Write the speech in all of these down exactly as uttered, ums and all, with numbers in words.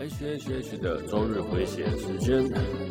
H H H 的周日回血时间。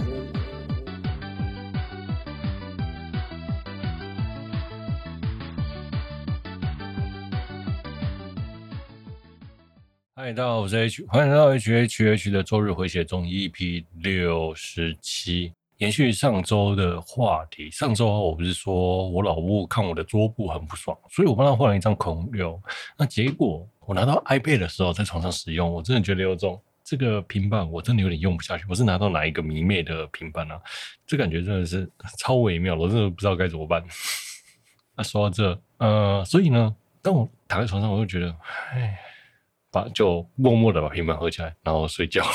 嗨，大家好，我是 H， 欢迎来到 H H H 的周日回血中 E P 六十七。延续上周的话题，上周我不是说我老母看我的桌布很不爽，所以我帮他换了一张孔六。那结果我拿到 iPad 的时候，在床上使用，我真的觉得有种这个平板我真的有点用不下去。我是拿到哪一个迷妹的平板啊？这感觉真的是超微妙，我真的不知道该怎么办。那说到这，呃，所以呢，当我躺在床上，我就觉得，唉，把就默默的把平板合起来，然后睡觉。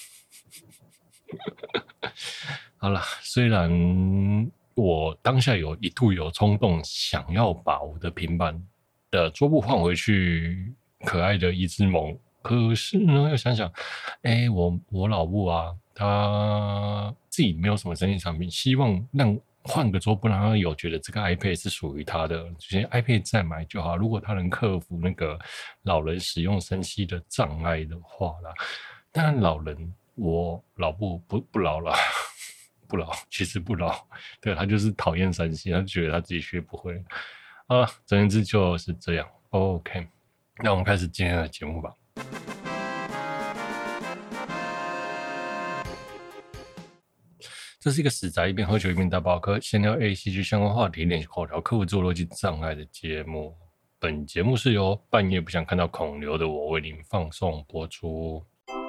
好啦，虽然我当下有一度有冲动想要把我的平板的桌布换回去可爱的一只萌，可是呢又想想，哎，我我老母啊，她自己没有什么生意产品，希望让换个桌布让她有觉得这个 iPad 是属于她的，这些 iPad 再买就好。如果她能克服那个老人使用身心的障碍的话啦，当然老人我老母不不老了。不老，其实不老，对，他就是讨厌三 C， 他觉得他自己学不会啊。总而言之就是这样。OK， 那我们开始今天的节目吧。这是一个死宅一边喝酒一边打保科闲聊 A C G 相关话题，练习口条，克服自我逻辑障碍的节目。本节目是由半夜不想看到孔刘的我为您放送播出。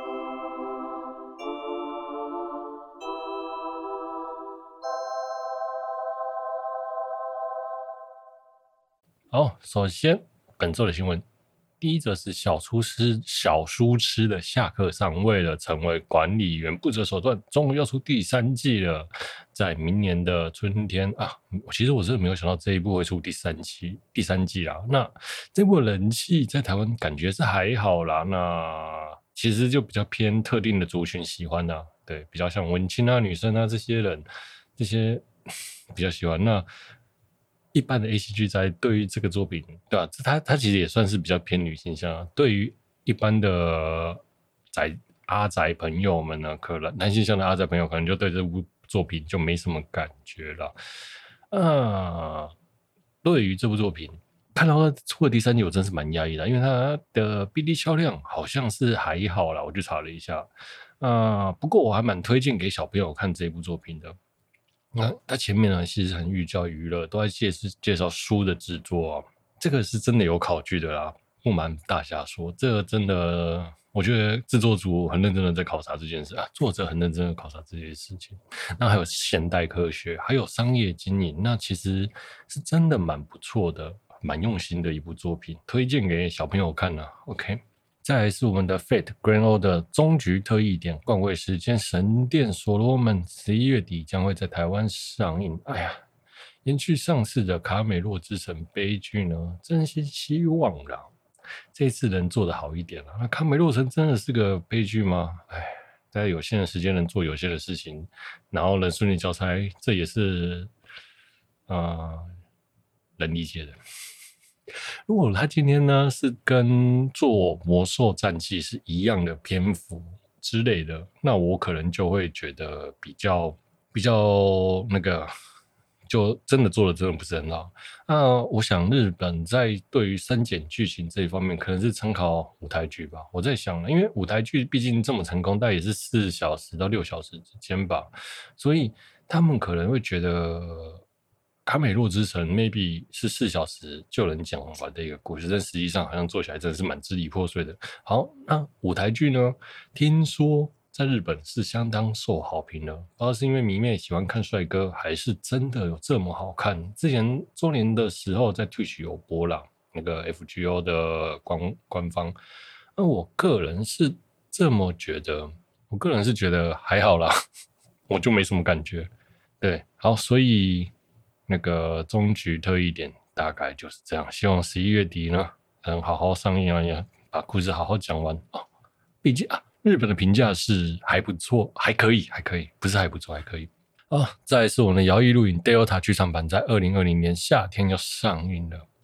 好，首先本周的新闻，第一则是小厨师小书痴的下课上为了成为管理员不择手段，终于要出第三季了，在明年的春天啊，其实我真的没有想到这一部会出第三季第三季啦。那这部人气在台湾感觉是还好啦，那其实就比较偏特定的族群喜欢啦，对，比较像文青啊、女生啊这些人，这些比较喜欢。那一般的 A C G 宅对于这个作品，对吧、啊？它它其实也算是比较偏女性向。对于一般的宅阿宅朋友们呢，可能男性向的阿宅朋友可能就对这部作品就没什么感觉了。啊，对于这部作品，看到它出了第三季，我真是蛮压抑的，因为它的 B D 销量好像是还好啦，我去查了一下。啊，不过我还蛮推荐给小朋友看这部作品的。那他前面呢，其实很寓教于乐，都在介介绍书的制作啊，这个是真的有考据的啦，不瞒大家说，这个真的，我觉得制作组很认真的在考察这件事啊，作者很认真的考察这件事情。那还有现代科学，还有商业经营，那其实是真的蛮不错的，蛮用心的一部作品，推荐给小朋友看啊。OK。再来是我们的 Fate Grand Order 终局特异点冠位时间神殿所罗门十一月底将会在台湾上映。哎呀，延续上次的卡美洛之城悲剧呢，真心希望啦，这次能做得好一点啦。那卡美洛城真的是个悲剧吗？哎，在有限的时间能做有限的事情，然后能顺利交差，这也是啊、呃、能理解的。如果他今天呢是跟做魔兽战记是一样的篇幅之类的，那我可能就会觉得比较比较那个，就真的做的真的不是很好。那我想日本在对于删减剧情这一方面，可能是参考舞台剧吧。我在想，因为舞台剧毕竟这么成功，大概也是四小时到六小时之间吧，所以他们可能会觉得。卡美洛之城 maybe 是四小时就能讲完的一个故事，但实际上好像做起来真的是蛮支离破碎的。好，那舞台剧呢？听说在日本是相当受好评的，不知道是因为迷妹喜欢看帅哥，还是真的有这么好看？之前周年的时候在 Twitch 有播啦，那个 F G O 的官官方。那我个人是这么觉得，我个人是觉得还好啦，我就没什么感觉。对，好，所以。那个终局特异点大概就是这样，希望十一月底呢能好好上映啊，也把故事好好讲完哦。毕竟啊，日本的评价是还不错，还可以，还可以，不是还不错，还可以啊。再来是我们的摇曳露营 Delta 剧场版在二零二零年夏天要上映了。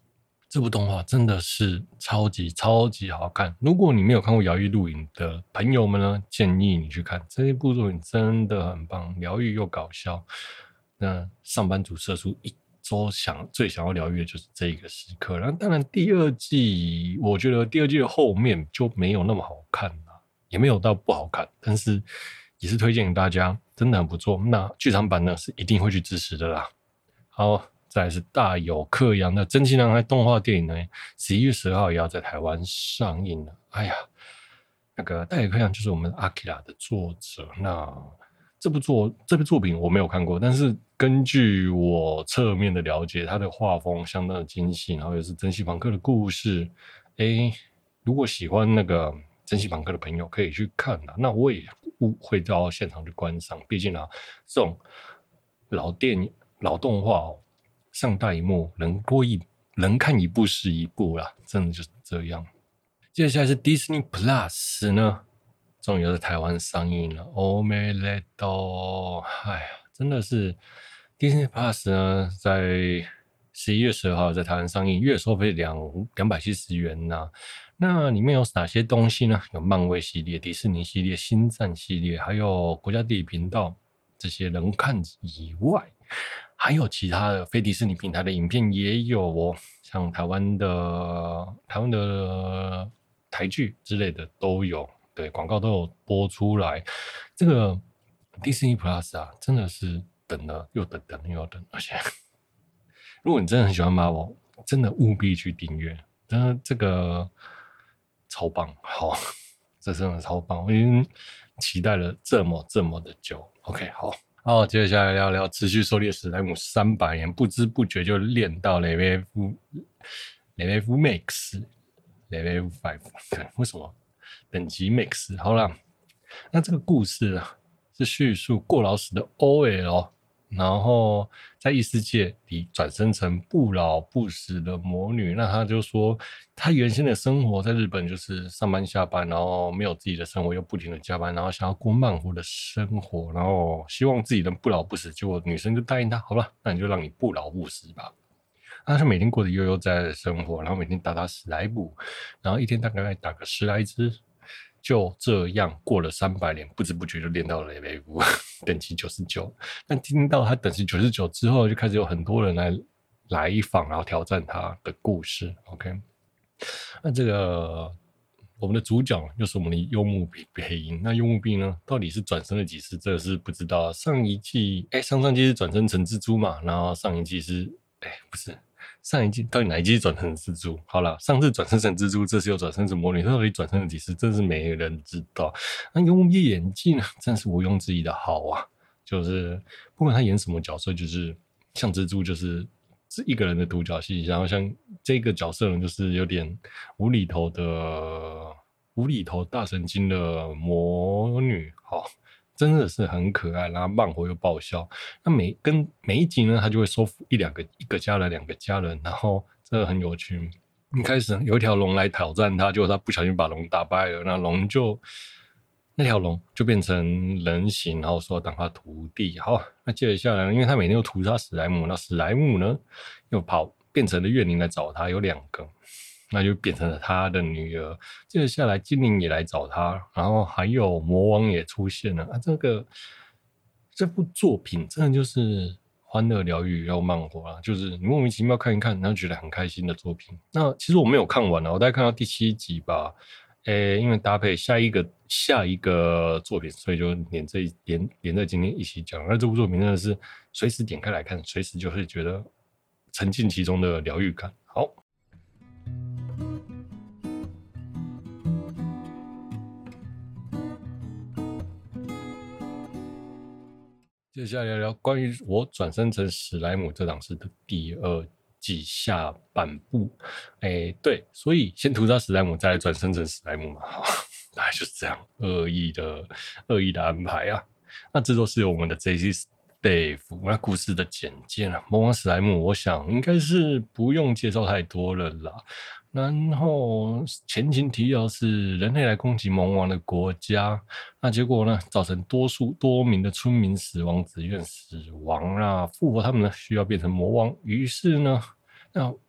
这部动画真的是超级超级好看。如果你没有看过《摇曳露营》的朋友们呢，建议你去看这一部作品，真的很棒，疗愈又搞笑。那上班族社畜一周想最想要疗愈的就是这一个时刻。然后当然第二季，我觉得第二季的后面就没有那么好看了，也没有到不好看，但是也是推荐给大家，真的很不错。那剧场版呢是一定会去支持的啦。好。再来是大有克洋的真气男孩动画电影呢，十一月十二号也要在台湾上映了。哎呀，那个大有克洋就是我们阿基拉的作者。那这部作这部作品我没有看过，但是根据我侧面的了解，他的画风相当的精细，然后也是真系朋克的故事。哎，如果喜欢那个真系朋克的朋友可以去看啦。那我也会到现场去观赏，毕竟啊，这种老电影、老动画哦。上大荧幕能多一能看一部是一部啦，真的就是这样。接下来是 Disney Plus 呢，终于要在台湾上映了。欧美雷多，哎呀，真的是 Disney Plus 呢，在十一月十二号在台湾上映，月收费两两百七十元呐、啊。那里面有哪些东西呢？有漫威系列、迪士尼系列、星战系列，还有国家地理频道这些能看以外。还有其他的非迪士尼平台的影片也有哦，像台湾的台湾的台剧之类的都有，对，广告都有播出来。这个 Disney Plus 啊，真的是等了又等，等了又等，而且如果你真的很喜欢 Marvel， 真的务必去订阅，真的这个超棒，好，这真的超棒，我已经期待了这么这么的久。OK， 好。好，接下来聊聊持续狩猎史莱姆三百年，不知不觉就练到 Level Level Max Level 五，为什么等级 Max？ 好啦，那这个故事啊，是叙述过劳死的 O L， 然后在异世界里转生成不老不死的魔女。那他就说，他原先的生活在日本就是上班下班，然后没有自己的生活，又不停的加班，然后想要过慢活的生活，然后希望自己能不老不死。结果女生就答应他，好了，那你就让你不老不死吧。他就每天过得悠悠哉哉的生活，然后每天打打史莱姆，然后一天大概打个十来只。就这样过了三百年，不知不觉就练到了 Level 五，等级九十九。但听到他等级九十九之后，就开始有很多人来来访，然后挑战他的故事。OK， 那这个我们的主角就是我们的幽木配音。那幽木碧呢，到底是转生了几次？这个是不知道。上一季，哎，上上季是转生成蜘蛛嘛，然后上一季是，哎，不是。上一季到底哪一季转生成蜘蛛？好了，上次转生成蜘蛛，这次又转生成魔女，到底转生了几次？真是没人知道。那幽木碧演技呢，真是毋庸置疑的好啊！就是不管他演什么角色，就是像蜘蛛，就是是一个人的独角戏，然后像这个角色呢，就是有点无厘头的无厘头大神经的魔女，好。真的是很可爱，然后慢活又爆笑。那每跟每一集呢，他就会收服一两个一个家人、两个家人，然后真的很有趣。一开始有一条龙来挑战他，结果他不小心把龙打败了，那龙就那条龙就变成人形，然后说当他徒弟。好，那接着下来，因为他每天都屠杀史莱姆，那史莱姆呢又跑变成了怨灵来找他，有两个。那就变成了他的女儿。接着下来，精灵也来找他，然后还有魔王也出现了。啊，这个这部作品真的就是欢乐疗愈又慢活啦，就是你莫名其妙看一看，然后觉得很开心的作品。那其实我没有看完了，我大概看到第七集吧。诶，因为搭配下一个下一个作品，所以就连这连连在今天一起讲。那这部作品真的是随时点开来看，随时就会觉得沉浸其中的疗愈感。好。接下来聊聊关于我转生成史莱姆这档事的第二季下半部。哎，对，所以先屠杀史莱姆，再来转生成史莱姆嘛，大概就是这样恶意的恶意的安排啊。那制作是由我们的 J C Dave。那故事的简介呢，魔王史莱姆，我想应该是不用介绍太多了啦。然后前情提要是人类来攻击魔王的国家，那结果呢，造成多数多名的村民死亡，自愿死亡。那复活他们呢，需要变成魔王。于是呢，那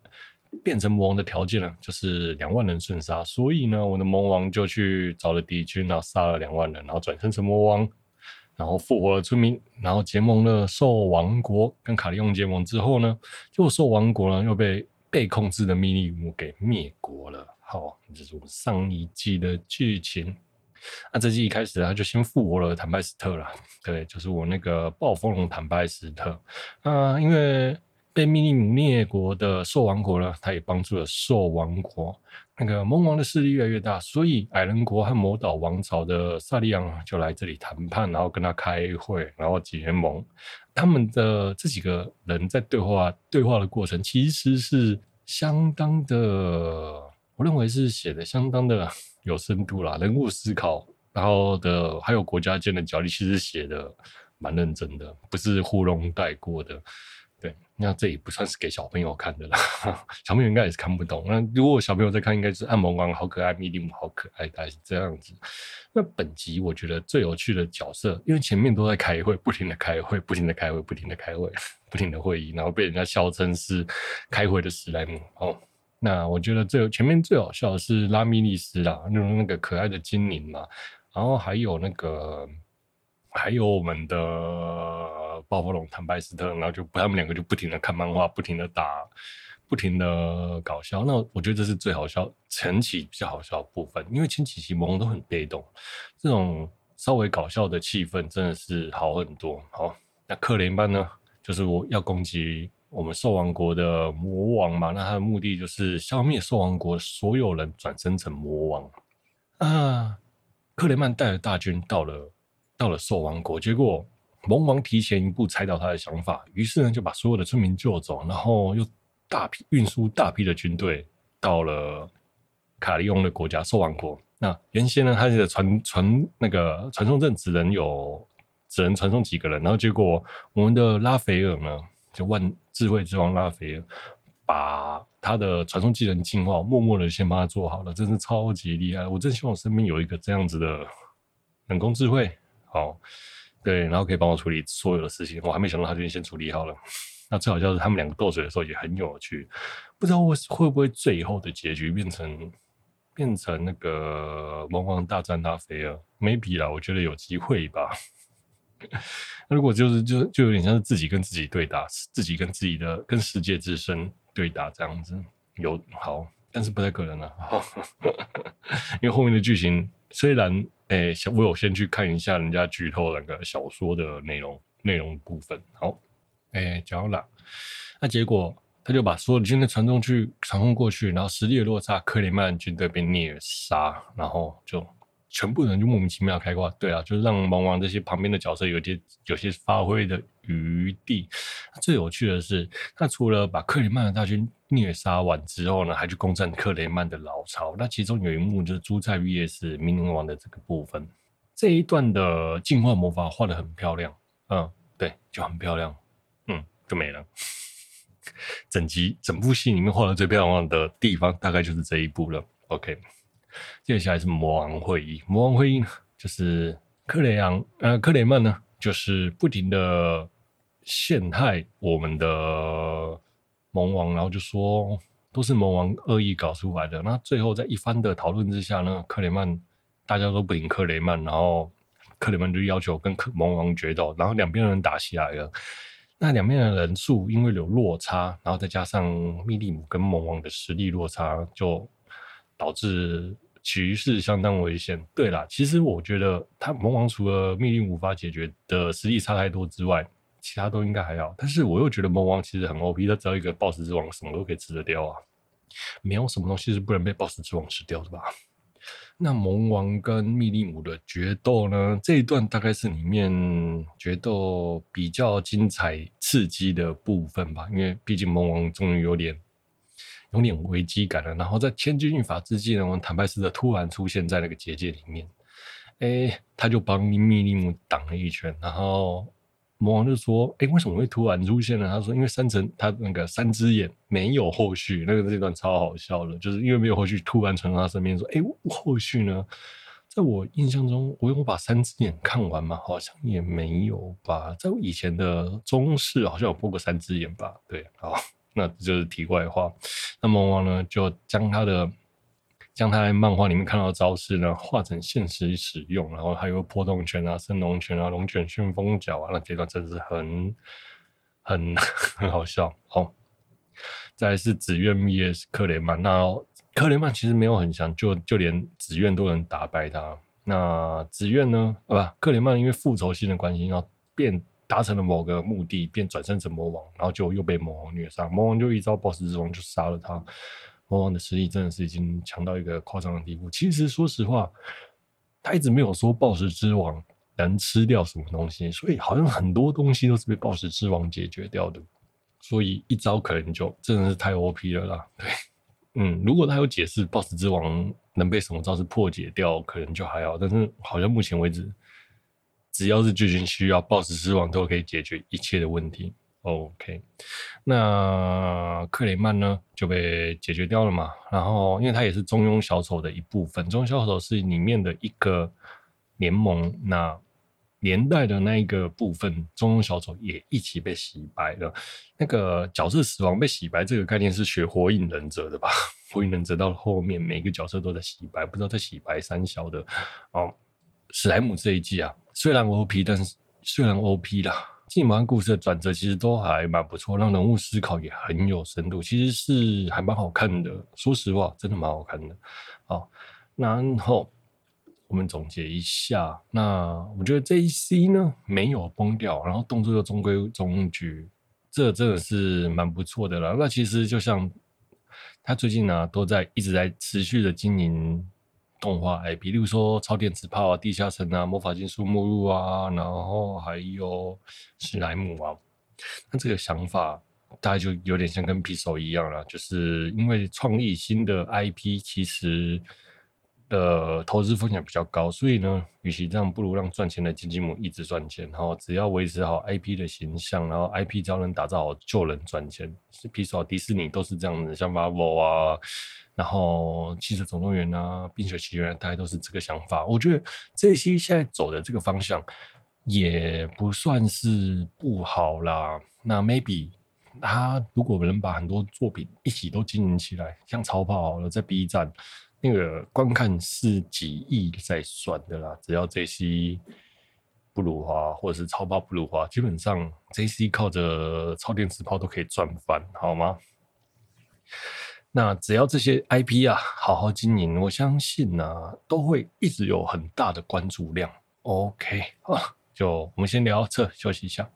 变成魔王的条件呢，就是两万人瞬杀。所以呢，我的魔王就去找了敌军，然后杀了两万人，然后转身成魔王，然后复活了村民，然后结盟了兽王国，跟卡利翁结盟之后呢，结果兽王国呢又被被控制的密利姆给灭国了。好，这是我们上一季的剧情。那、啊、这季一开始他就先复活了坦拜斯特啦，对，就是我那个暴风龙坦拜斯特。啊、因为被密利姆灭国的兽王国呢，他也帮助了兽王国。那个蒙王的势力越来越大，所以矮人国和魔岛王朝的萨利昂就来这里谈判，然后跟他开会，然后结盟。他们的这几个人在对话对话的过程，其实是相当的，我认为是写的相当的有深度啦，人物思考，然后的还有国家间的角力，其实写的蛮认真的，不是糊弄带过的。对，那这也不算是给小朋友看的啦，小朋友应该也是看不懂。那如果小朋友在看，应该是暗蒙王好可爱，密利姆好可爱，大概是这样子。那本集我觉得最有趣的角色，因为前面都在开会，不停的开会，不停的开会，不停的开会，不停的会议，然后被人家笑称是开会的史莱姆。哦，那我觉得最前面最好笑的是拉米利斯啦，就是那个可爱的精灵嘛，然后还有那个。还有我们的暴风龙坦拜斯特，然后就他们两个就不停的看漫画，不停的打，不停的搞笑。那我觉得这是最好笑，前期比较好笑的部分，因为前几期魔王都很被动，这种稍微搞笑的气氛真的是好很多。好，那克雷曼呢，就是我要攻击我们兽王国的魔王嘛，那他的目的就是消灭兽王国所有人，转生成魔王啊。克雷曼带着大军到了。到了兽王国，结果蒙王提前一步猜到他的想法，于是呢就把所有的村民救走，然后又大批运输大批的军队到了卡利翁的国家兽王国。那原先呢，他的传传那个传送阵只能有只能传送几个人，然后结果我们的拉斐尔呢，就万智慧之王拉斐尔，把他的传送技能进化，默默的先帮他做好了，真是超级厉害。我真希望我身边有一个这样子的人工智慧。好，对，然后可以帮我处理所有的事情。我还没想到他就先处理好了。那最好笑是他们两个斗嘴的时候也很有趣，不知道会会不会最后的结局变成变成那个魔王大战拉斐尔 ？maybe 啦，我觉得有机会吧。那如果就是就就有点像是自己跟自己对打，自己跟自己的跟世界之声对打这样子，有好，但是不太可能了、啊，因为后面的剧情虽然。诶，我有先去看一下人家剧透那个小说的内容内容部分。好，诶，讲了，那结果他就把所有的军队传送去传送过去，然后实力的落差，克雷曼军队被虐杀，然后就全部人就莫名其妙开挂。对啊，就是让魔王这些旁边的角色有些有些发挥的余地。最有趣的是，他除了把克雷曼的大军虐杀完之后呢，还去攻占克雷曼的老巢。那其中有一幕就是朱塞 V S 冥灵王的这个部分，这一段的进化魔法画得很漂亮，嗯，对，就很漂亮，嗯，就没了。整集整部戏里面画的最漂亮的地方，大概就是这一部了。OK， 接下来是魔王会议，魔王会议呢，就是克雷昂呃克雷曼呢，就是不停的陷害我们的魔王，然后就说都是魔王恶意搞出来的。那最后在一番的讨论之下呢，克雷曼大家都不挺克雷曼，然后克雷曼就要求跟魔王决斗，然后两边的人打起来了。那两边的人数因为有落差，然后再加上密利姆跟魔王的实力落差，就导致局势相当危险。对啦，其实我觉得他魔王除了密利姆无法解决的实力差太多之外，其他都应该还好。但是我又觉得魔王其实很 O P， 他只要一个 boss 之王，什么都可以吃得掉啊，没有什么东西是不能被 boss 之王吃掉的吧。那魔王跟密利姆的决斗呢？这一段大概是里面决斗比较精彩刺激的部分吧，因为毕竟魔王终于有点有点危机感了。然后在千钧一发之际呢，我们坦白斯的突然出现在那个结界里面，哎，他就帮密利姆挡了一拳，然后魔王就说：“哎，为什么会突然出现呢？”他说：“因为三层他那个三只眼没有后续，那个这段超好笑的，就是因为没有后续，突然传到他身边说：‘哎，后续呢？’在我印象中，我有把三只眼看完吗？好像也没有吧。在我以前的中视好像有播过三只眼吧？对，好， 那这就是题外话。那魔王呢，就将他的将他在漫画里面看到的招式呢，画成现实使用，然后还有破洞拳啊、升龙拳啊、龙卷旋风脚啊，那这段真的是很很很好笑。好，再来是紫苑 V S 克雷曼，那克雷曼其实没有很强，就就连紫苑都能打败他。那紫苑呢？啊不，克雷曼因为复仇心的关系，然后变达成了某个目的，变转生成魔王，然后就又被魔王虐杀。魔王就一招 boss 之王就杀了他。魔王的实力真的是已经强到一个夸张的地步。其实说实话，他一直没有说 boss 之王能吃掉什么东西，所以好像很多东西都是被 boss 之王解决掉的。所以一招可能就真的是太 O P 了啦。对。嗯，如果他有解释 boss 之王能被什么招式破解掉，可能就还好。但是好像目前为止，只要是剧情需要 boss 之王都可以解决一切的问题。OK， 那克雷曼呢就被解决掉了嘛。然后因为他也是中庸小丑的一部分，中庸小丑是里面的一个联盟，那连带的那一个部分，中庸小丑也一起被洗白了。那个角色死亡被洗白这个概念是学火影忍者的吧？火影忍者到后面每个角色都在洗白，不知道在洗白三小的哦。史莱姆这一季啊，虽然 O P， 但是虽然 O P 啦，进马故事的转折其实都还蛮不错，让人物思考也很有深度，其实是还蛮好看的。说实话，真的蛮好看的。好，然后我们总结一下，那我觉得 J C 呢没有崩掉，然后动作又中规中矩，这真的是蛮不错的啦。那其实就像他最近呢、啊，都在一直在持续的经营动画 I P， 例如说超电磁炮啊、地下城啊、魔法禁书目录啊，然后还有史莱姆啊。那这个想法大概就有点像跟 Pixel 一样啦，就是因为创立新的 I P 其实的投资风险比较高，所以呢，与其这样，不如让赚钱的经纪母一直赚钱，然后只要维持好 I P 的形象，然后 I P 只要能打造好就能赚钱。Pixel、迪士尼都是这样的，像 Marvel 啊，然后汽车总动员啊、冰雪奇缘，大概都是这个想法。我觉得这些现在走的这个方向也不算是不好啦。那 maybe 他如果能把很多作品一起都经营起来，像超跑好了，在 B 站那个观看是几亿在算的啦。只要 J C 不如花，或者是超跑不如花，基本上 J C 靠着超电磁炮都可以赚翻，好吗？那只要这些 I P 啊好好经营，我相信啊都会一直有很大的关注量。OK 啊，就我们先聊这，休息一下。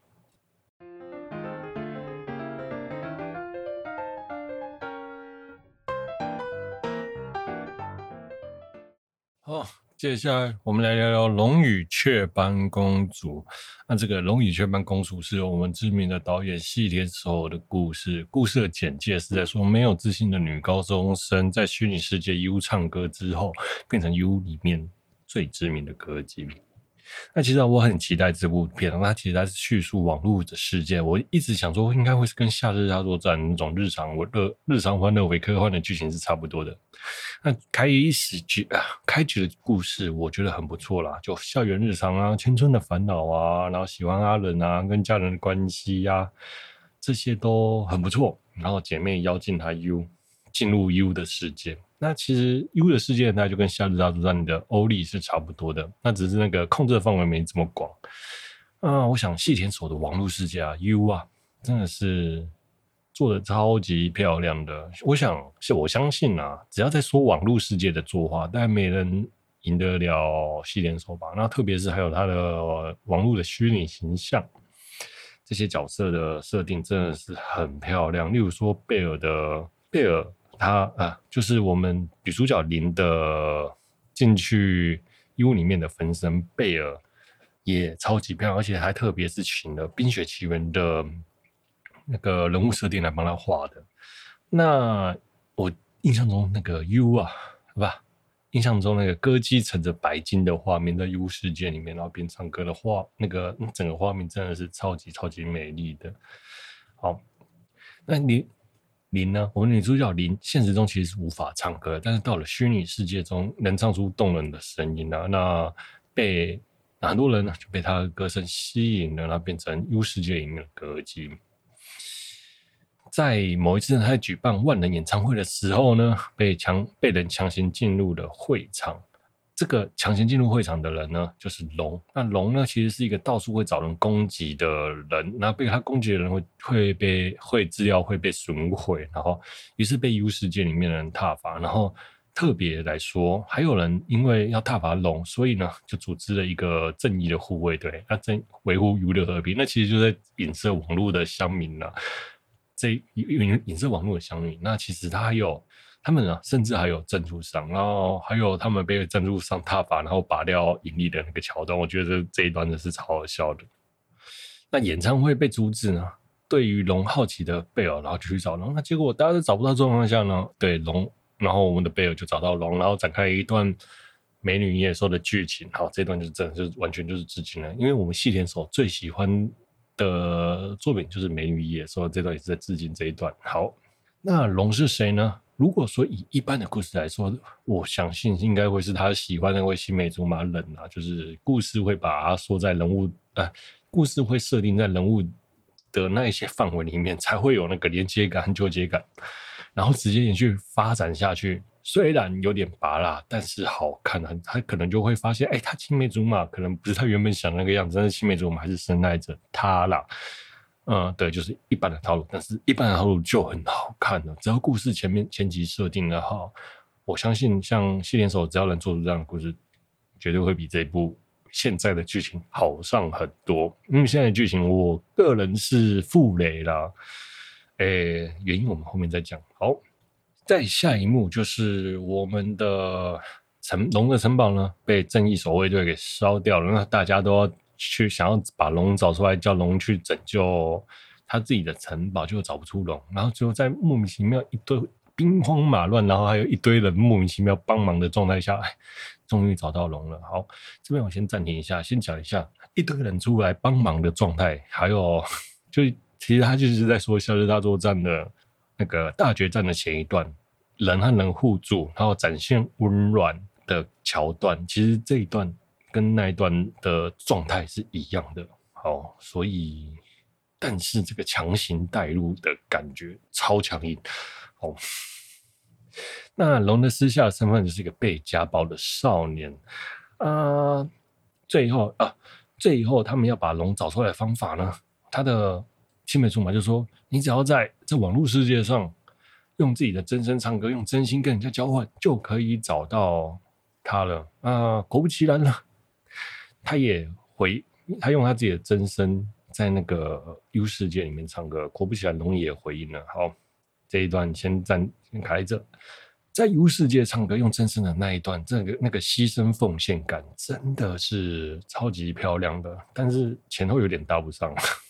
好，接下来我们来聊聊《龙与雀斑公主》。那这个《龙与雀斑公主》是由我们知名的导演细田守的故事。故事的简介是在说，没有自信的女高中生在虚拟世界 U 唱歌之后，变成 U 里面最知名的歌姬。那其实我很期待这部片，它其实它是叙述网络的世界。我一直想说，应该会是跟《夏日大作战》那种日常乐日常欢乐伪科幻的剧情是差不多的。那开始局啊，开局的故事我觉得很不错啦，就校园日常啊、青春的烦恼啊，然后喜欢阿忍啊、跟家人的关系啊，这些都很不错。然后姐妹邀进她 U 进入 U 的世界。那其实 U 的世界大概就跟夏日大作战的欧丽是差不多的，那只是那个控制的范围没这么广。啊，我想细田守的网络世界啊 U 啊，真的是做的超级漂亮的。我想是我相信啊，只要在说网络世界的作画，大概没人赢得了细田守吧。那特别是还有他的网络的虚拟形象，这些角色的设定真的是很漂亮。例如说贝尔的贝尔。他啊，就是我们女主角林的进去 U 里面的分身贝尔也超级漂亮，而且还特别是请了《冰雪奇缘》的那个人物设定来帮他画的。那我印象中那个 U 啊，不，印象中那个歌姬乘着白金的画面在 U 世界里面，然后边唱歌的画，那个整个画面真的是超级超级美丽的。好，那你。林呢？我们女主角林现实中其实是无法唱歌，但是到了虚拟世界中能唱出动人的声音啊！那被很多人就被她的歌声吸引了，然后变成 U 世界里面的歌姬。 在某一次他在举办万人演唱会的时候呢，被强被人强行进入了会场。这个强行进入会场的人呢，就是龙。那龙呢，其实是一个到处会找人攻击的人。那被他攻击的人会会被会资料会被损毁，然后于是被 U 世界里面的人挞伐。然后特别来说，还有人因为要挞伐龙，所以呢就组织了一个正义的护卫队，那正维护 U 的和平。那其实就在影射网络的乡民啦、啊，这影射网络的乡民。那其实他还有。他们啊，甚至还有赞助商，然后还有他们被赞助商挞伐，然后拔掉盈利的那个桥段，我觉得这一段真的是超好笑的。那演唱会被阻止呢，对于龙好奇的贝尔，然后就去找龙，那结果大家都找不到状况下呢，对龙，然后我们的贝尔就找到龙，然后展开一段美女与野兽的剧情。好，这段就是真的就是完全就是致敬了，因为我们细田守最喜欢的作品就是美女与野兽，这段也是在致敬这一段。好，那龙是谁呢？如果说以一般的故事来说，我相信应该会是他喜欢的那位新美竹马人啊，就是故事会把它说在人物呃，故事会设定在人物的那一些范围里面，才会有那个连接感和纠结感，然后直接延续发展下去。虽然有点拔辣，但是好看啊！他可能就会发现，哎，他青梅竹马可能不是他原本想的那个样子，但是青梅竹马还是深爱着他啦。嗯，对，就是一般的套路，但是一般的套路就很好看了。只要故事前面前期设定的好，我相信像细田守只要能做出这样的故事，绝对会比这一部现在的剧情好上很多。因为现在的剧情，我个人是负雷啦，诶，原因我们后面再讲。好，在下一幕就是我们的城龙的城堡呢被正义守卫队给烧掉了，那大家都要去想要把龙找出来，叫龙去拯救他自己的城堡，就找不出龙，然后最后在莫名其妙一堆兵荒马乱，然后还有一堆人莫名其妙帮忙的状态下，终于找到龙了。好，这边我先暂停一下，先讲一下一堆人出来帮忙的状态，还有就其实他就是在说夏日大作战的那个大决战的前一段，人和人互助，然后展现温暖的桥段，其实这一段跟那一段的状态是一样的。好，所以但是这个强行带入的感觉超强硬。好，那龙的私下的身份就是一个被家暴的少年啊、呃。最后啊，最后他们要把龙找出来的方法呢，他的青梅竹马就说：“你只要在这网络世界上用自己的真声唱歌，用真心跟人家交换，就可以找到他了。”啊，果不其然了。他也回，他用他自己的真声在那个 U 世界里面唱歌，果不其然，龙也回应了。好，这一段先暂先卡在这。在 U 世界唱歌用真声的那一段，这个那个牺牲奉献感真的是超级漂亮的，但是前后有点搭不上，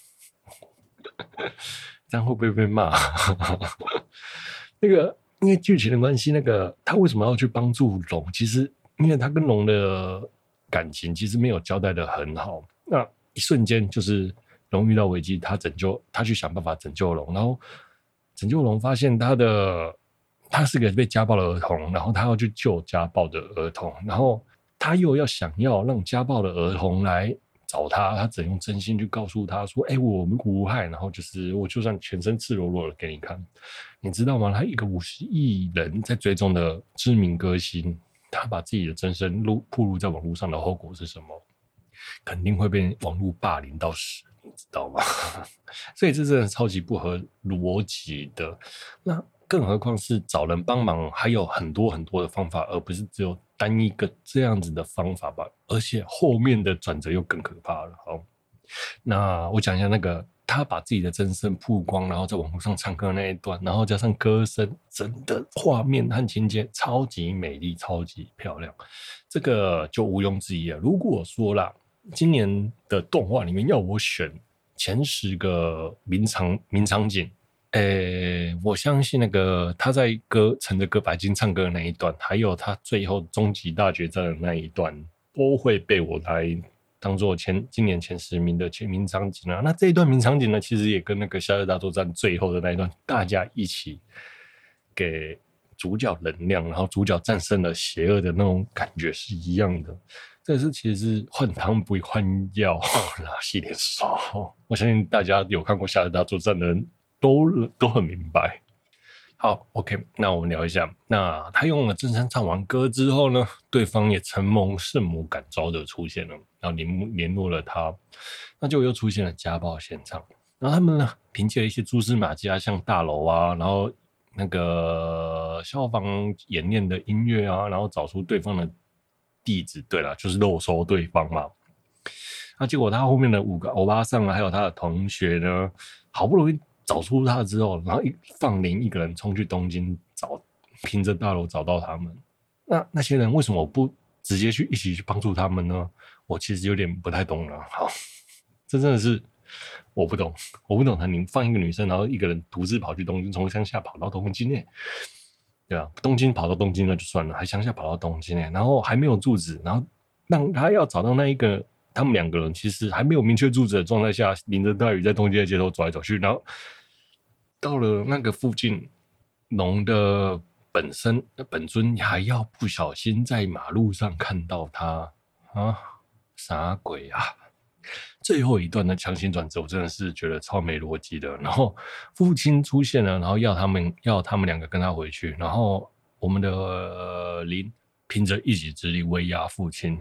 这样会不会被骂？那个因为剧情的关系，那个他为什么要去帮助龙？其实因为他跟龙的感情其实没有交代的很好，那一瞬间就是龙遇到危机，他拯救他去想办法拯救龙，然后拯救龙发现他的他是个被家暴的儿童，然后他要去救家暴的儿童，然后他又要想要让家暴的儿童来找他，他只能用真心去告诉他说：“哎、欸，我无害，然后就是我就算全身赤裸裸的给你看，你知道吗？他一个五十亿人在追踪的知名歌星。”他把自己的真身暴露在网络上的后果是什么？肯定会被网络霸凌到死，你知道吗？所以这真的超级不合逻辑的。那更何况是找人帮忙，还有很多很多的方法，而不是只有单一个这样子的方法吧。而且后面的转折又更可怕了。好，那我讲一下那个。他把自己的真身曝光，然后在网络上唱歌那一段，然后加上歌声，真的画面和情节超级美丽，超级漂亮，这个就毋庸置疑了。如果说啦，今年的动画里面要我选前十个名场名场景，诶，我相信那个他在歌乘着歌白金唱歌的那一段，还有他最后终极大决战的那一段，都会被我来当做前今年前十名的前名场景啊。那这一段名场景呢，其实也跟那个夏日大作战最后的那一段，大家一起给主角能量，然后主角战胜了邪恶的那种感觉是一样的。这是其实是换汤不换药啦系列手，我相信大家有看过夏日大作战的人都都很明白。好 ，OK， 那我们聊一下。那他用了正声唱完歌之后呢，对方也承蒙圣母感召的出现了，然后联联络了他，那就又出现了家暴现场。然后他们呢，凭借了一些蛛丝马迹啊，像大楼啊，然后那个消防演练的音乐啊，然后找出对方的地址。对了，就是肉搜对方嘛。那结果他后面的五个欧巴桑啊，还有他的同学呢，好不容易找出他之后，然后一放灵一个人冲去东京找，凭着大楼找到他们。那那些人为什么不直接去一起去帮助他们呢？我其实有点不太懂了。好，这真的是我不懂，我不懂他，你放一个女生，然后一个人独自跑去东京，从乡下跑到东京呢？对吧？东京跑到东京那就算了，还乡下跑到东京呢，然后还没有住址，然后让他要找到那一个。他们两个人其实还没有明确住址的状态下，淋着大雨在东京的街头走来走去，然后到了那个附近，龙的本身本尊还要不小心在马路上看到他啊，啥鬼啊！最后一段的强行转折，我真的是觉得超没逻辑的。然后父亲出现了，然后要他们要他们两个跟他回去，然后我们的林凭着一己之力威压父亲。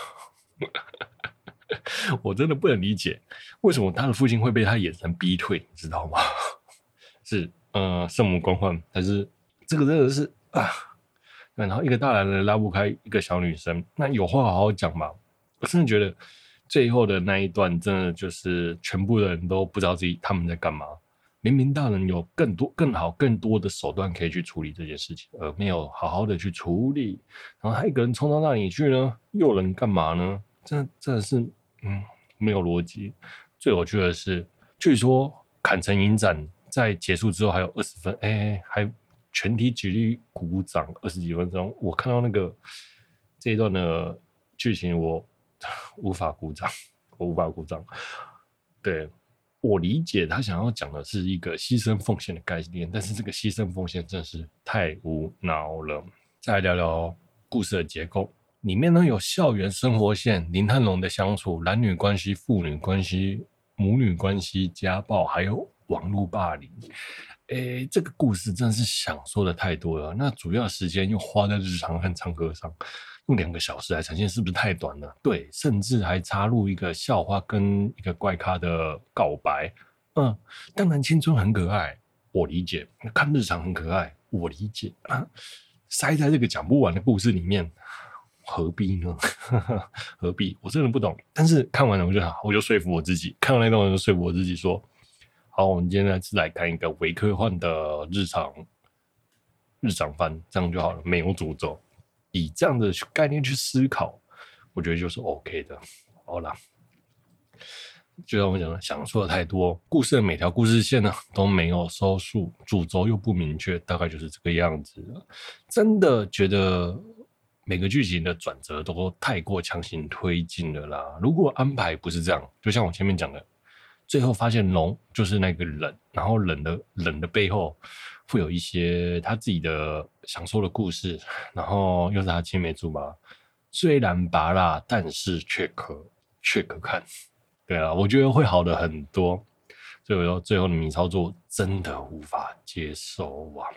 我真的不能理解为什么他的父亲会被他眼神逼退，你知道吗？是呃圣母光环，还是这个真的是啊？然后一个大男人拉不开一个小女生，那有话好好讲吧。我真的觉得最后的那一段真的就是全部的人都不知道自己他们在干嘛。明明大人有更多、更好、更多的手段可以去处理这件事情，而没有好好的去处理。然后他一个人冲到那里去呢，又能干嘛呢？真的真的是嗯没有逻辑。最有趣的是，据说坎城影展在结束之后还有二十分，哎，还全体起立鼓掌二十几分钟。我看到那个这一段的剧情，我无法鼓掌，我无法鼓掌。对，我理解他想要讲的是一个牺牲奉献的概念，但是这个牺牲奉献真的是太无脑了。再来聊聊故事的结构。里面呢有校园生活线、林和龙的相处、男女关系、父女关系、母女关系、家暴，还有网络霸凌。诶，这个故事真的是想说的太多了。那主要时间又花在日常和唱歌上，用两个小时来呈现，是不是太短了？对，甚至还插入一个笑话跟一个怪咖的告白。嗯，当然青春很可爱，我理解；看日常很可爱，我理解啊。塞在这个讲不完的故事里面。何必呢？何必？我真的不懂。但是看完了，我就好，我就说服我自己。看完那段，我就说服我自己说：好，我们今天是来看一个伪科幻的日常日常番，这样就好了，没有诅咒。以这样的概念去思考，我觉得就是 OK 的。好啦，就像我讲的，想说的太多，故事的每条故事线呢都没有收束，主轴又不明确，大概就是这个样子了。真的觉得。每个剧情的转折都太过强行推进了啦！如果安排不是这样，就像我前面讲的，最后发现龙就是那个人，然后人的人的背后会有一些他自己的想说的故事，然后又是他青梅竹马，虽然拔辣，但是却可却可看。对啊，我觉得会好的很多。所以我说最后的迷操作真的无法接受啊！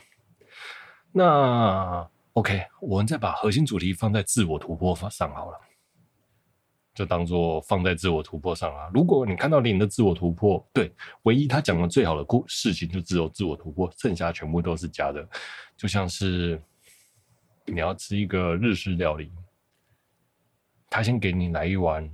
那。OK， 我们再把核心主题放在自我突破上好了，就当做放在自我突破上啊。如果你看到林的自我突破，对，唯一他讲的最好的故事情就只有自我突破，剩下全部都是假的。就像是你要吃一个日式料理，他先给你来一碗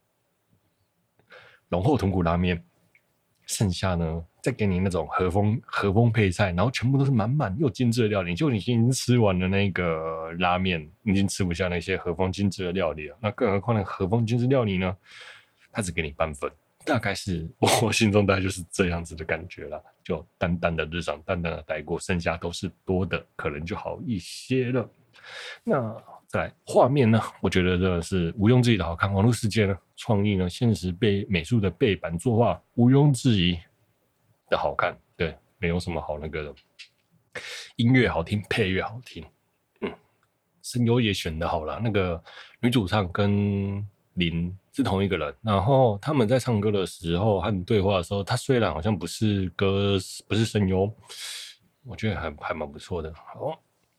浓厚豚骨拉面，剩下呢再给你那种和风和风配菜，然后全部都是满满又精致的料理。就你已经吃完了那个拉面，你已经吃不下那些和风精致的料理了。那更何况那和风精致料理呢，它只给你半份，大概是我心中大概就是这样子的感觉啦。就淡淡的日常，淡淡的带过，剩下都是多的，可能就好一些了。那再来画面呢，我觉得真的是毋庸置疑的好看。网络世界呢，创意呢，现实背美术的背板作画，毋庸置疑的好看。对，没有什么好那个的。音乐好听，配乐好听，嗯，声优也选的好啦。那个女主唱跟林是同一个人。然后他们在唱歌的时候和对话的时候，他虽然好像不是歌，不是声优，我觉得还还蛮不错的。好。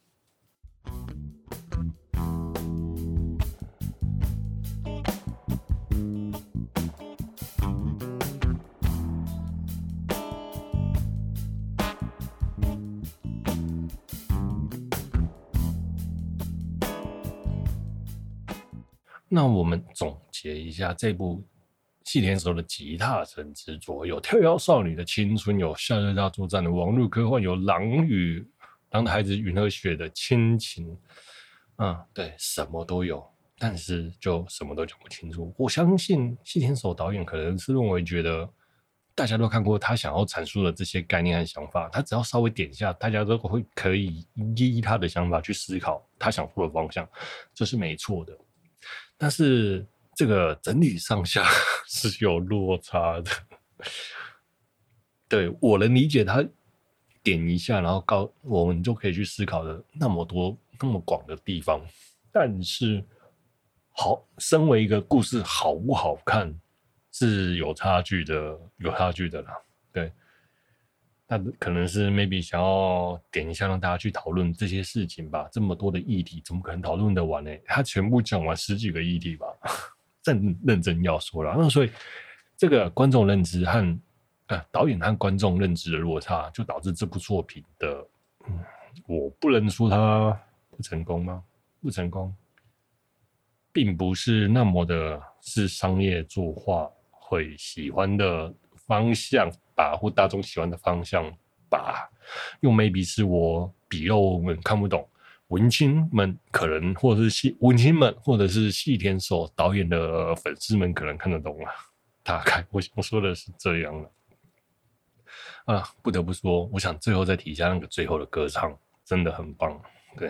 那我们总结一下这部细田守的吉他神之作，有跳跃少女的青春，有夏日大作战的网络科幻，有狼与狼的孩子云和雪的亲情，嗯，对，什么都有，但是就什么都讲不清楚。我相信细田守导演可能是认为觉得大家都看过他想要阐述的这些概念和想法，他只要稍微点一下，大家都会可以依他的想法去思考他想说的方向，这是没错的。但是这个整体上下是有落差的。对，我能理解他点一下，然后高我们就可以去思考的那么多那么广的地方，但是好，身为一个故事好不好看是有差距的，有差距的啦。对，那可能是 maybe 想要点一下让大家去讨论这些事情吧。这么多的议题，怎么可能讨论得完呢？他全部讲完十几个议题吧，认认真要说了。那所以这个观众认知和呃导演和观众认知的落差，就导致这部作品的，嗯，我不能说它不成功吗？不成功，并不是那么的是商业作画会喜欢的方向吧，或大众喜欢的方向吧。又 maybe 是我比肉们看不懂，文青们可能，或者是文青们，或者是细田守导演的粉丝们可能看得懂了。大概我想说的是这样了。啊，不得不说，我想最后再提一下那个最后的歌唱，真的很棒。对，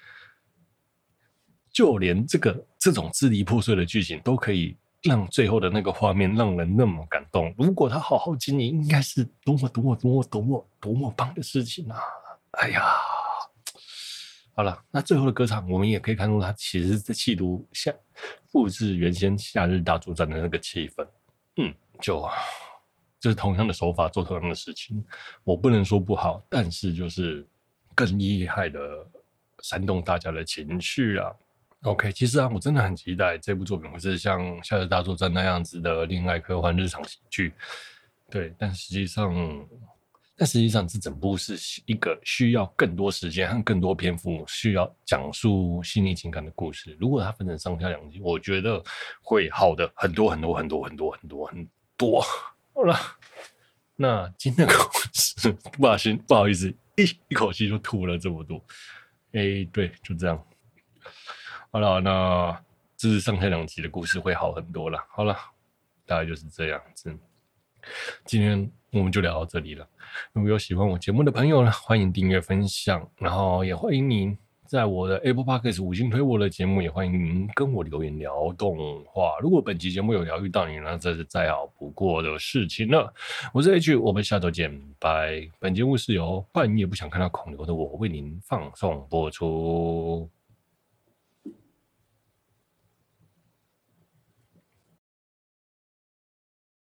就连这个这种支离破碎的剧情都可以让最后的那个画面让人那么感动。如果他好好经营，应该是多么多么多么多么多么棒的事情啊！哎呀，好了，那最后的歌唱，我们也可以看出他其实是企图下复制原先夏日大作战的那个气氛。嗯，就就是同样的手法做同样的事情，我不能说不好，但是就是更厉害的煽动大家的情绪啊。OK， 其实啊，我真的很期待这部作品会是像《夏日大作战》那样子的恋爱科幻日常喜剧，对，但实际上，但实际上这整部是一个需要更多时间和更多篇幅，需要讲述细腻情感的故事。如果它分成上下两集，我觉得会好的很多很多很多很多很多很多。好了，那今天的故事不好意思，不好意思，一一口气就吐了这么多。哎，对，就这样。好了，那这是上下两集的故事会好很多了。好了，大概就是这样子。今天我们就聊到这里了。如果有喜欢我节目的朋友呢，欢迎订阅分享，然后也欢迎您在我的 Apple Podcast 五星推我的节目，也欢迎您跟我留言聊动画。如果本期节目有疗愈到你呢，这是再好不过的事情了。我是 H， 我们下周见，拜。本节目是由半夜不想看到孔刘的我为您放送播出。